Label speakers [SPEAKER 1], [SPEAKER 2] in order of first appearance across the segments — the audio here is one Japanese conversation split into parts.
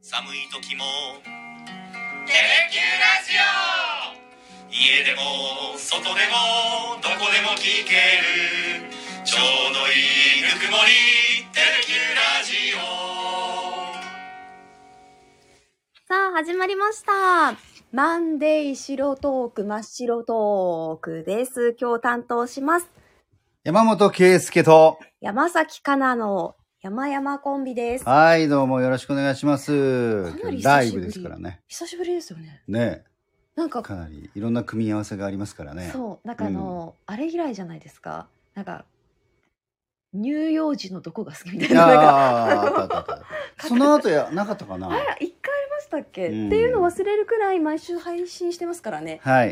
[SPEAKER 1] 寒い時もテレキューラジオ、家でも外でもどこでも聞けるちょうどいいぬくもり、テレキューラジオ。
[SPEAKER 2] さあ始まりました。マンデー白トーク、真っ白トークです。今日担当します。
[SPEAKER 3] 山本圭介と
[SPEAKER 2] 山崎かなの山々コンビです。
[SPEAKER 3] はい、どうもよろしくお願いします。
[SPEAKER 2] かなり
[SPEAKER 3] ライブですからね。
[SPEAKER 2] 久しぶりですよね。
[SPEAKER 3] ねえ。
[SPEAKER 2] なんか
[SPEAKER 3] かなりいろんな組み合わせがありますからね。
[SPEAKER 2] そう、なんかあれ以来じゃないですか。なんか乳幼児のどこが好きみたいな。
[SPEAKER 3] あった。その後なかったかな。
[SPEAKER 2] 一回ありましたっけ、っていうの忘れるくらい毎週配信してますからね。
[SPEAKER 3] はい。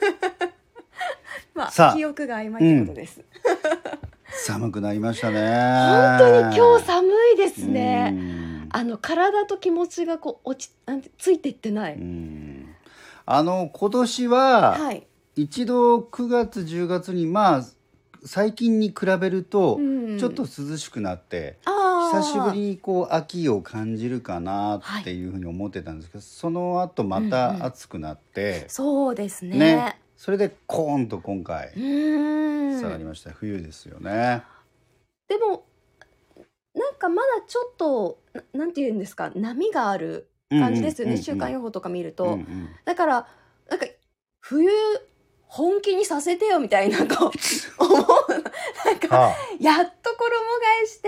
[SPEAKER 2] まあ記憶が曖昧ってことです。
[SPEAKER 3] 寒くなりましたね。
[SPEAKER 2] 本当に今日寒いですね。体と気持ちがこうついていってない。
[SPEAKER 3] 今年は、はい、一度9月10月に最近に比べるとちょっと涼しくなって、久しぶりにこう秋を感じるかなっていうふうに思ってたんですけど、その後また暑くなって、
[SPEAKER 2] そうですね。
[SPEAKER 3] それでコーンと今回下がりました。冬ですよね。
[SPEAKER 2] でもなんかまだちょっとなんていうんですか、波がある感じですよね。週間予報とか見ると、だからなんか冬本気にさせてよみたいなこう思うなんか、やっと衣替えして、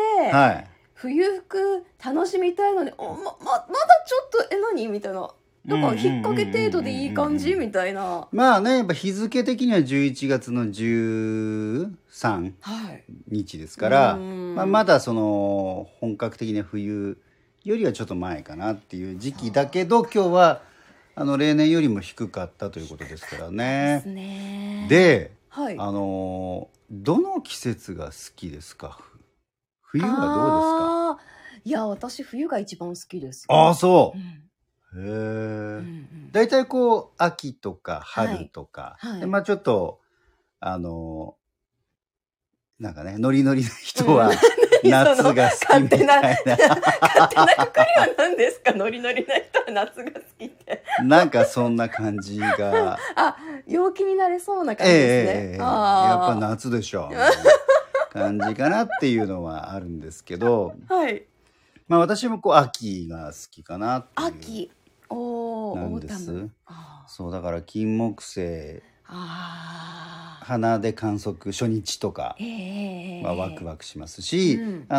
[SPEAKER 2] 冬服楽しみたいのにまだちょっと何みたいな。なんか引っ掛け程度でいい感じみたいな。
[SPEAKER 3] まあね、やっぱ日付的には11月の13日ですから、まだその本格的な冬よりはちょっと前かなっていう時期だけど、今日は例年よりも低かったということですからね。
[SPEAKER 2] ですね。
[SPEAKER 3] で、どの季節が好きですか？冬はどうですか？
[SPEAKER 2] いや、私冬が一番好きです。
[SPEAKER 3] ああ、そう。へえ。だいたいこう秋とか春とか、でちょっとなんかね、ノリノリな人は夏が好きみたいな。勝手な
[SPEAKER 2] くくりは何ですか？ノリノリな人は夏が好きって。
[SPEAKER 3] なんかそんな感じが。
[SPEAKER 2] 陽気になれそうな感じですね。
[SPEAKER 3] やっぱ夏でしょ。感じかなっていうのはあるんですけど。
[SPEAKER 2] はい。
[SPEAKER 3] 私もこう秋が好きかなっていう。
[SPEAKER 2] 秋。
[SPEAKER 3] なんです。そうだから金木犀。花で観測初日とかはワクワクしますし、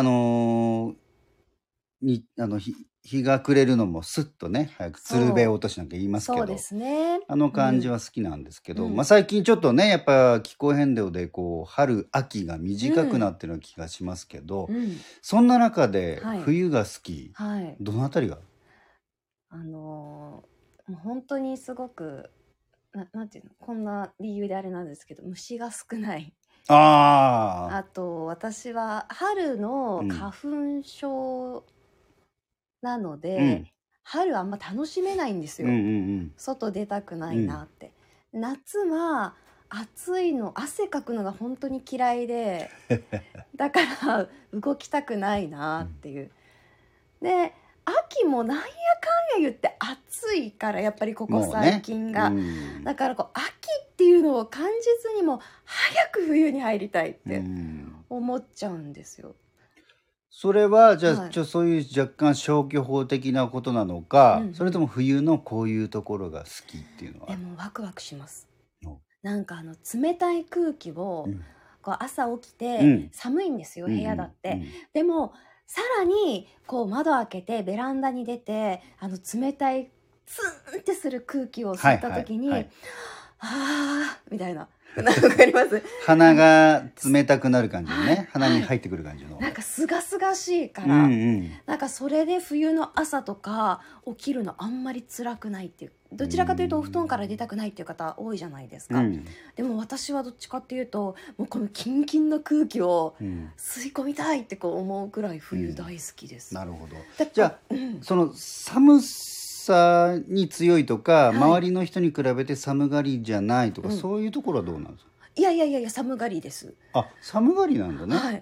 [SPEAKER 3] 日が暮れるのもスッとね、早く鶴瓶落としなんか言いますけど、
[SPEAKER 2] そうですね、
[SPEAKER 3] 感じは好きなんですけど、最近ちょっとね、やっぱ気候変動でこう春秋が短くなってるような気がしますけど、そんな中で冬が好き、どのあたりが？
[SPEAKER 2] もう本当にすごくなんていうの、こんな理由であれなんですけど、虫が少ない。あと私は春の花粉症なので、春あんま楽しめないんですよ。外出たくないなって。夏は暑いの、汗かくのが本当に嫌いでだから動きたくないなっていう。で秋もなんやかんや言って暑いから、やっぱりここ最近が、だからこう秋っていうのを感じずにも早く冬に入りたいって思っちゃうんですよ。
[SPEAKER 3] それはじゃあ、そういう若干消去法的なことなのか、それとも冬のこういうところが好きっていうのは？
[SPEAKER 2] でもワクワクします。なんか冷たい空気をこう朝起きて、寒いんですよ、部屋だって。でもさらにこう窓開けてベランダに出て冷たいツンってする空気を吸った時に、みたいな、わかります？
[SPEAKER 3] 鼻が冷たくなる感じのね、鼻に入ってくる感じの、
[SPEAKER 2] なんかすがすがしいから、なんかそれで冬の朝とか起きるのあんまり辛くないっていう、どちらかというとお布団から出たくないっていう方多いじゃないですか。でも私はどっちかっていうと、もうこのキンキンの空気を吸い込みたいってこう思うくらい冬大好きです。
[SPEAKER 3] なるほど。じゃあ、その寒さに強いとか、周りの人に比べて寒がりじゃないとか、そういうところはどうなんですか？
[SPEAKER 2] いや寒がりです。
[SPEAKER 3] 寒がりなんだね。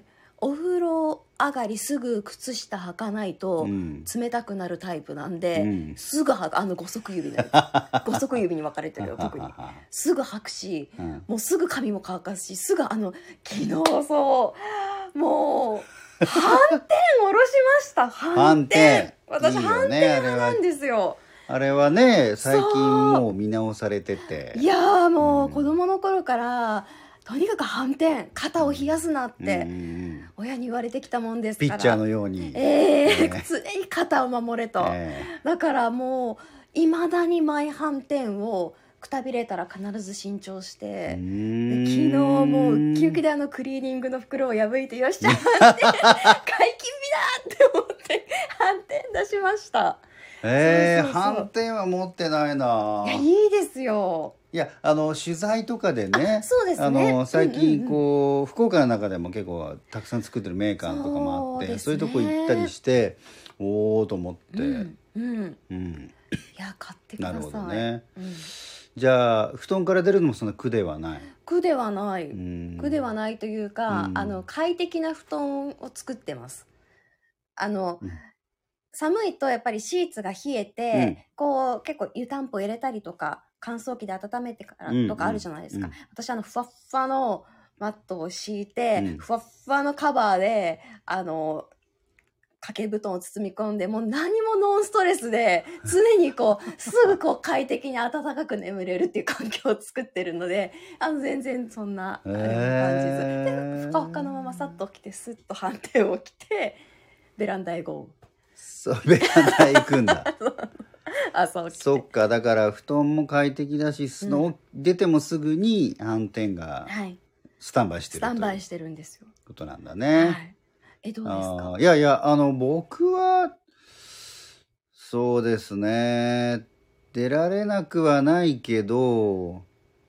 [SPEAKER 2] お風呂上がりすぐ靴下履かないと冷たくなるタイプなんで、すぐ履く。5足指のやつ5足指に分かれてるよ特に。すぐ履くし、もうすぐ髪も乾かすし、すぐ昨日そうもう斑点下ろしました。斑点私斑点派なんですよ。
[SPEAKER 3] あれはね最近もう見直されてて、
[SPEAKER 2] いやもう子供の頃からとにかく斑点、肩を冷やすなって親に言われてきたもんですから、
[SPEAKER 3] ピッチャーのように、
[SPEAKER 2] 常に肩を守れと、だからもういまだに毎斑点をくたびれたら必ず新調して、昨日もうウキウキでクリーニングの袋を破いてよっしゃって解禁日だって思って斑点出しました。
[SPEAKER 3] 斑点は持ってないな。
[SPEAKER 2] いやいいですよ。
[SPEAKER 3] いや取材とかでね、
[SPEAKER 2] そうですね、
[SPEAKER 3] 最近こう、福岡の中でも結構たくさん作ってるメーカーとかもあって、そういうとこ行ったりしておおと思って、い
[SPEAKER 2] や買ってください。
[SPEAKER 3] なるほどね、じゃあ布団から出るのもそんな苦ではない？
[SPEAKER 2] 苦ではない、苦ではないというか、快適な布団を作ってます。寒いとやっぱりシーツが冷えて、こう結構湯たんぽ入れたりとか乾燥機で温めてからとかあるじゃないですか。私ふわっふわのマットを敷いて、ふわっふわのカバーで掛け布団を包み込んで、もう何もノンストレスで常にすぐ快適に暖かく眠れるっていう環境を作ってるので、全然そんな感じです。でふかふかのままさっと起きてスッと斑点を着てベランダへゴー。
[SPEAKER 3] そうベランダへ行くんだそっか、だから布団も快適だし、出てもすぐに斑点がスタンバイしてる、
[SPEAKER 2] スタンバイしてるんですよ。
[SPEAKER 3] ことなんだね。
[SPEAKER 2] どうですか？
[SPEAKER 3] いや僕はそうですね、出られなくはないけど、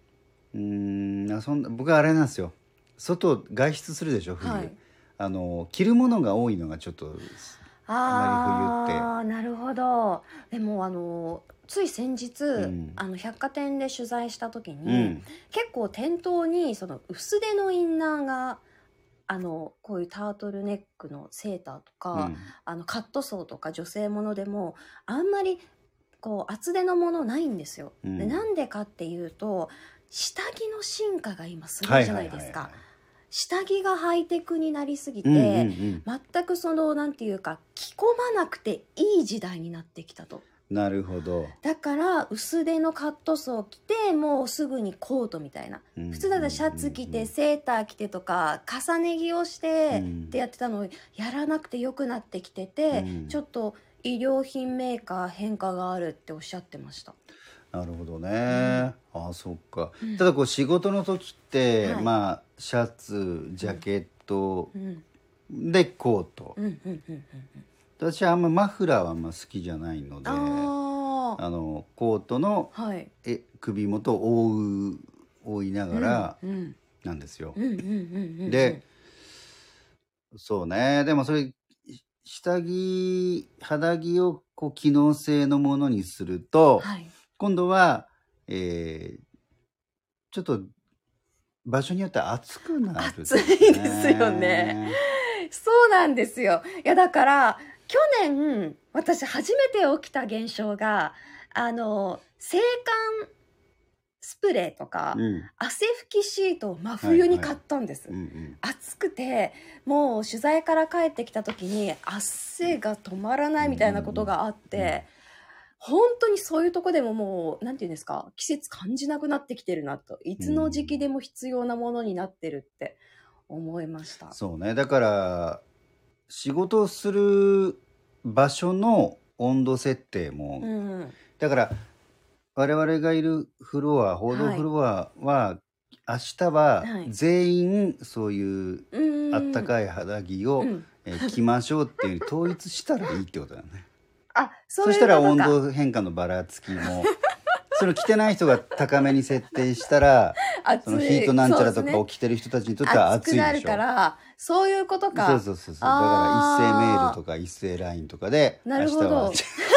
[SPEAKER 3] 僕はあれなんですよ、外出するでしょ冬、着るものが多いのがちょっとあんまり冬って。
[SPEAKER 2] なるほど。でもつい先日、百貨店で取材した時に、結構店頭にその薄手のインナーがこういうタートルネックのセーターとか、カットソーとか女性ものでもあんまり厚手のものないんですよ。でなんでかっていうと、下着の進化が今すごいじゃないですか。下着がハイテクになりすぎて、全くなんていうか着込まなくていい時代になってきたと。
[SPEAKER 3] なるほど。
[SPEAKER 2] だから薄手のカットソー着て、もうすぐにコートみたいな、普通だったらシャツ着てセーター着てとか重ね着をしてってやってたのをやらなくてよくなってきてて、ちょっと衣料品メーカー変化があるっておっしゃってました。
[SPEAKER 3] なるほどね、そっか、ただ仕事の時って、シャツジャケット、でコート、私はマフラーはあんま好きじゃないので、コートの、首元を覆いながらなんですよ。でそうね、でもそれ肌着を機能性のものにすると、今度は、ちょっと場所によって暑くなる、
[SPEAKER 2] 暑いですよね。そうなんですよ。いやだから去年私初めて起きた現象が制汗スプレーとか、汗拭きシートを真冬に買ったんです。暑くてもう取材から帰ってきた時に汗が止まらないみたいなことがあって、本当にそういうとこでももうなんていうんですか、季節感じなくなってきてるなと、いつの時期でも必要なものになってるって思いました。
[SPEAKER 3] そうね、だから仕事をする場所の温度設定も、だから我々がいるフロア、報道フロアは、明日は全員そういうあったかい肌着を着ましょうっていう統一したらいいってことだよね。そしたら温度変化のばらつきもそれ着てない人が高めに設定したらそのヒートなんちゃらとかを着てる人たちにとっては暑いでしょ。
[SPEAKER 2] 暑くなるからそういうことか。
[SPEAKER 3] そうだから一斉メールとか一斉 LINE とかで
[SPEAKER 2] なるほど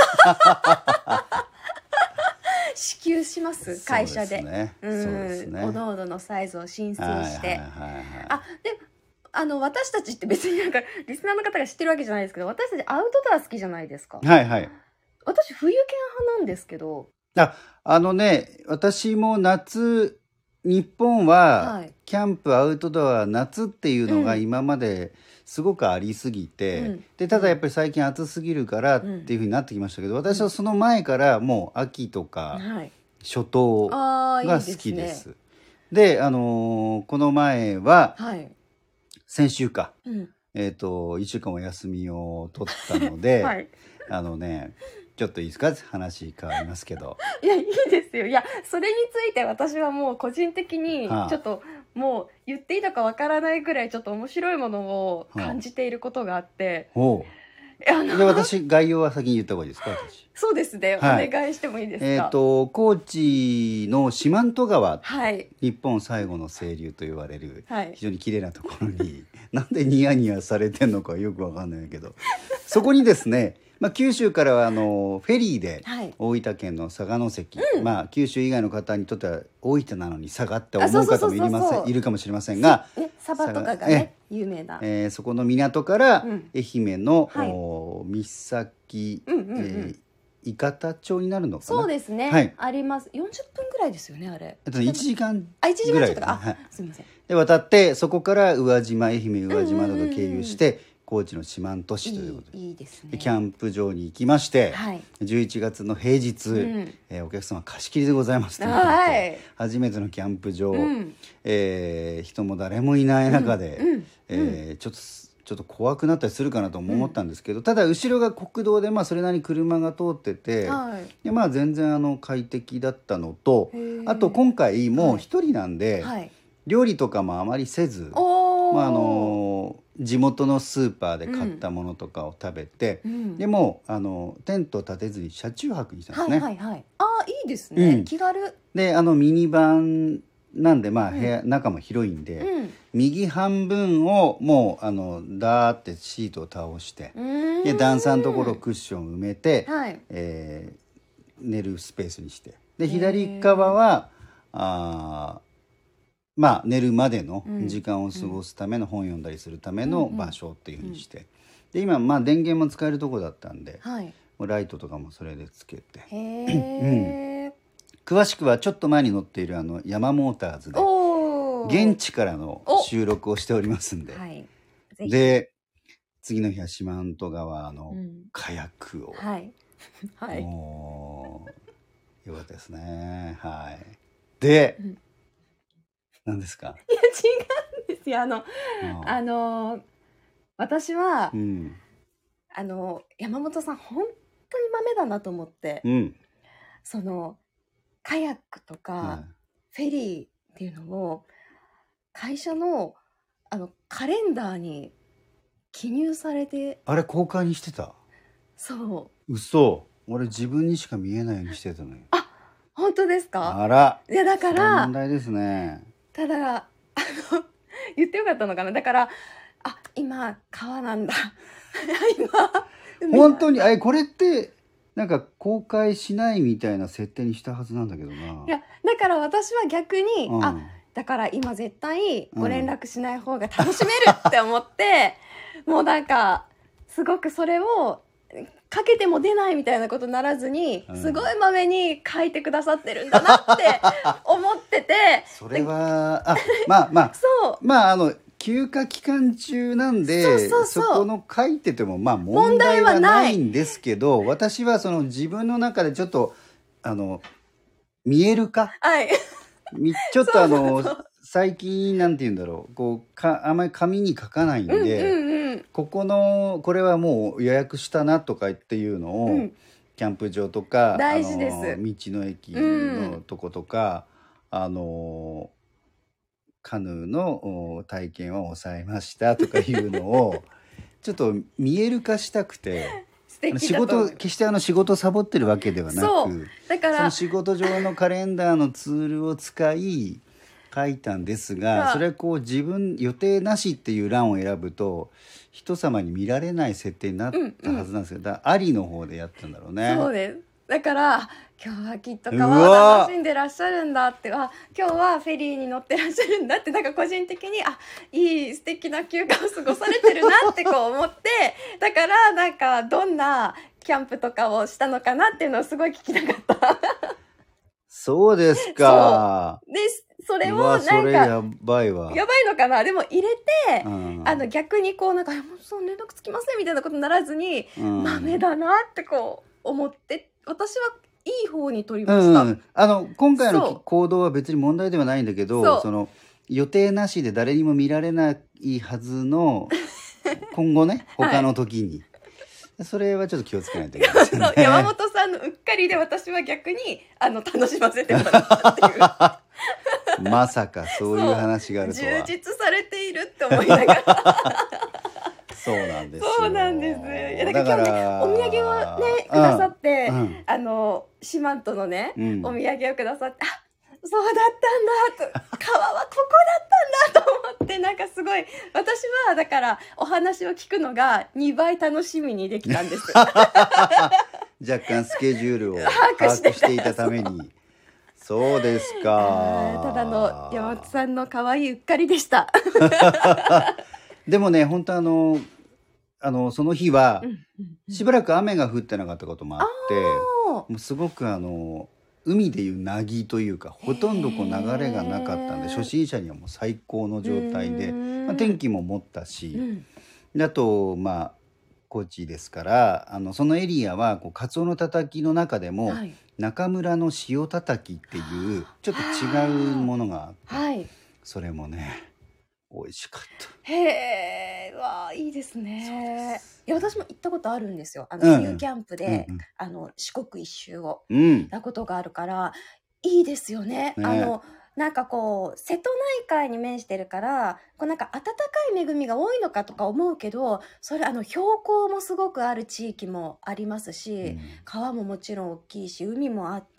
[SPEAKER 2] 支給します会社で。
[SPEAKER 3] そうですね。
[SPEAKER 2] おのおののサイズを申請して。で私たちって別になんかリスナーの方が知ってるわけじゃないですけど、私たちアウトドア好きじゃないですか。
[SPEAKER 3] はいはい。
[SPEAKER 2] 私冬犬派なんですけど。
[SPEAKER 3] 私も夏、日本はキャンプアウトドア夏っていうのが今まですごくありすぎて、でただやっぱり最近暑すぎるからっていうふうになってきましたけど、私はその前からもう秋とか初冬が好きです。でこの前は先週か、1週間お休みを取ったので、ちょっといいですか、話変わりますけど。
[SPEAKER 2] いや、いいですよ。いや、それについて私はもう個人的にちょっともう言っていいのかわからないぐらいちょっと面白いものを感じていることがあって、
[SPEAKER 3] で私概要は先に言った方がいいですか。私
[SPEAKER 2] そうですね、お願いしてもいいですか。
[SPEAKER 3] 高知の四万十川、日本最後の清流と言われる、非常に綺麗なところになんでニヤニヤされてんのかよくわかんないけど、そこにですね、九州からはフェリーで大分県の佐賀関、九州以外の方にとっては大分なのに佐賀って思う方もいるかもしれませんが、
[SPEAKER 2] サバとかがね有名な、
[SPEAKER 3] そこの港から愛媛の三崎、伊方町になるのかな。
[SPEAKER 2] そうですね、あります。40分ぐらいですよね、あれ。
[SPEAKER 3] 1時間
[SPEAKER 2] ぐらいか。すみません。
[SPEAKER 3] で渡って、そこから愛媛宇和島など経由して高知の四万十市ということで、
[SPEAKER 2] いいですね。
[SPEAKER 3] キャンプ場に行きまして、11月の平日、お客様貸し切りでございますということで、初めてのキャンプ場、人も誰もいない中で、ちょっと怖くなったりするかなと思ったんですけど、ただ後ろが国道で、それなりに車が通ってて、で全然快適だったのと、あと今回もう一人なんで、料理とかもあまりせず、地元のスーパーで買ったものとかを食べて、でもテント立てずに車中泊にしたんですね。
[SPEAKER 2] いいですね、気軽
[SPEAKER 3] でミニバンなんで、部屋中も広いんで、右半分をもうダーってシートを倒して、で段差のところクッション埋めて、寝るスペースにして、で左側は寝るまでの時間を過ごすための、本読んだりするための場所っていうふうにして、で今電源も使えるとこだったんで、もうライトとかもそれでつけて、詳しくはちょっと前に乗っているヤマモーターズで現地からの収録をしておりますんで、で次の日は四万十川のカヤックを、よかったですね。で、何ですか。
[SPEAKER 2] いや違うんですよ。私は、山本さん本当に豆だなと思って、そのカヤックとか、フェリーっていうのを会社のカレンダーに記入されて、
[SPEAKER 3] あれ公開にしてた。
[SPEAKER 2] そう。
[SPEAKER 3] 嘘。俺自分にしか見えないようにしてたのよ。
[SPEAKER 2] 本当ですか。
[SPEAKER 3] あら。
[SPEAKER 2] いやだから
[SPEAKER 3] 問題ですね。
[SPEAKER 2] ただ言ってよかったのかな。だから今川なんだ
[SPEAKER 3] 今本当にこれってなんか公開しないみたいな設定にしたはずなんだけどな。
[SPEAKER 2] いやだから私は逆に、だから今絶対ご連絡しない方が楽しめるって思って、もうなんかすごくそれをかけても出ないみたいなことにならずに、すごいまめに書いてくださってるんだなって思ってて
[SPEAKER 3] それは
[SPEAKER 2] そう
[SPEAKER 3] 休暇期間中なんで、そこの書いてても問題はないんですけど、私はその自分の中でちょっと見える化、ちょっと最近なんて言うんだろう、あんまり紙に書かないんで、これはもう予約したなとかっていうのを、キャンプ場とか
[SPEAKER 2] 大事です。
[SPEAKER 3] 道の駅のとことか、カヌーの体験を抑えましたとかいうのをちょっと見える化したくて決して仕事サボってるわけではなく、
[SPEAKER 2] だから
[SPEAKER 3] その仕事上のカレンダーのツールを使い書いたんですが、それは自分予定なしっていう欄を選ぶと人様に見られない設定になったはずなんですけど、ありの方でやったんだろうね。
[SPEAKER 2] そうです。 だから今日はきっと川を楽しんでらっしゃるんだって、今日はフェリーに乗ってらっしゃるんだって、なんか個人的にいい素敵な休暇を過ごされてるなってこう思って、だからなんかどんなキャンプとかをしたのかなっていうのをすごい聞きたかった
[SPEAKER 3] そうですか。
[SPEAKER 2] そうでそれをなんかそれ
[SPEAKER 3] やばいわ。
[SPEAKER 2] やばいのかな。でも入れて、逆にこうなんかそう連絡つきませんみたいなことにならずに、豆だなってこう思って、私はいい方に取りました。
[SPEAKER 3] 今回の行動は別に問題ではないんだけど、その予定なしで誰にも見られないはずの今後ね、他の時に、それはちょっと気をつけないといけないですね。
[SPEAKER 2] 山本さんのうっかりで私は逆に楽しませてもらったっていう
[SPEAKER 3] まさかそういう話があるとは。
[SPEAKER 2] 充実されているって思いながら
[SPEAKER 3] そうなんですよ。
[SPEAKER 2] そうなんです。いやだから今日ね、お土産をねくださって、四万十のね、お土産をくださって、そうだったんだと、川はここだったんだと思って、なんかすごい私はだからお話を聞くのが2倍楽しみにできたんです
[SPEAKER 3] 若干スケジュールを把握していたために。そうですか。
[SPEAKER 2] ただの山本さんの可愛いうっかりでした
[SPEAKER 3] でもね、本当その日はしばらく雨が降ってなかったこともあって、もうすごく海でいう凪というか、ほとんどこう流れがなかったんで、初心者にはもう最高の状態で、天気も持ったし、あと高知ですから、そのエリアはこうカツオのたたきの中でも、中村の塩たたきっていうちょっと違うものがあって、それもね美味しかった。
[SPEAKER 2] へー、わーいいですね。いや私も行ったことあるんですよ。冬キャンプで、四国一周をしたことがあるから、いいですよね。なんかこう瀬戸内海に面してるから、こうなんか暖かい恵みが多いのかとか思うけど、それ標高もすごくある地域もありますし、川ももちろん大きいし、海もあって、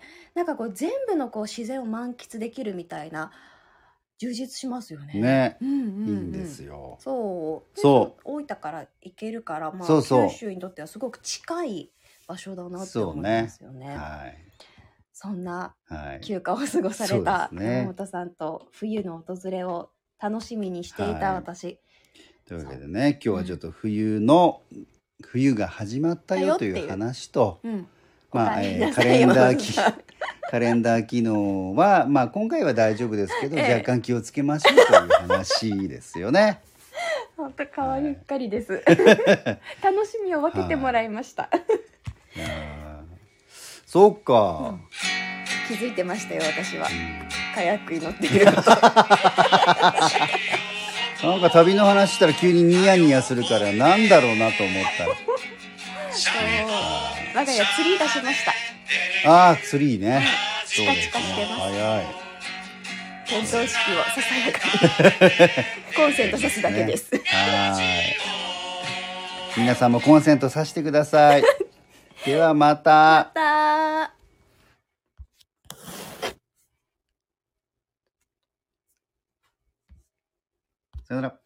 [SPEAKER 2] なんかこう全部のこう自然を満喫できるみたいな。充実しますよね。
[SPEAKER 3] ね、いいんですよ。
[SPEAKER 2] そう。大分から行けるから、九州にとってはすごく近い場所だなって思いますよね。そんな休暇を過ごされた山本さんと冬の訪れを楽しみにしていた私。
[SPEAKER 3] というわけでね、今日はちょっと冬が始まったよという話と、カレンダー機能は、今回は大丈夫ですけど、若干気をつけましょうという話ですよね。
[SPEAKER 2] 本当可愛いっかりです。楽しみを分けてもらいました。
[SPEAKER 3] そうか。
[SPEAKER 2] 気づいてましたよ私は。カヤックに乗っていること。
[SPEAKER 3] なんか旅の話したら急にニヤニヤするからなんだろうなと思ったら。
[SPEAKER 2] 我が家ツリー出しました。
[SPEAKER 3] ツリーね。
[SPEAKER 2] チカチカしてます。
[SPEAKER 3] 早い。
[SPEAKER 2] 点灯式をささやかにコンセントさすだけです。
[SPEAKER 3] 皆さんもコンセントさしてください。ではまた。
[SPEAKER 2] さ
[SPEAKER 3] よなら。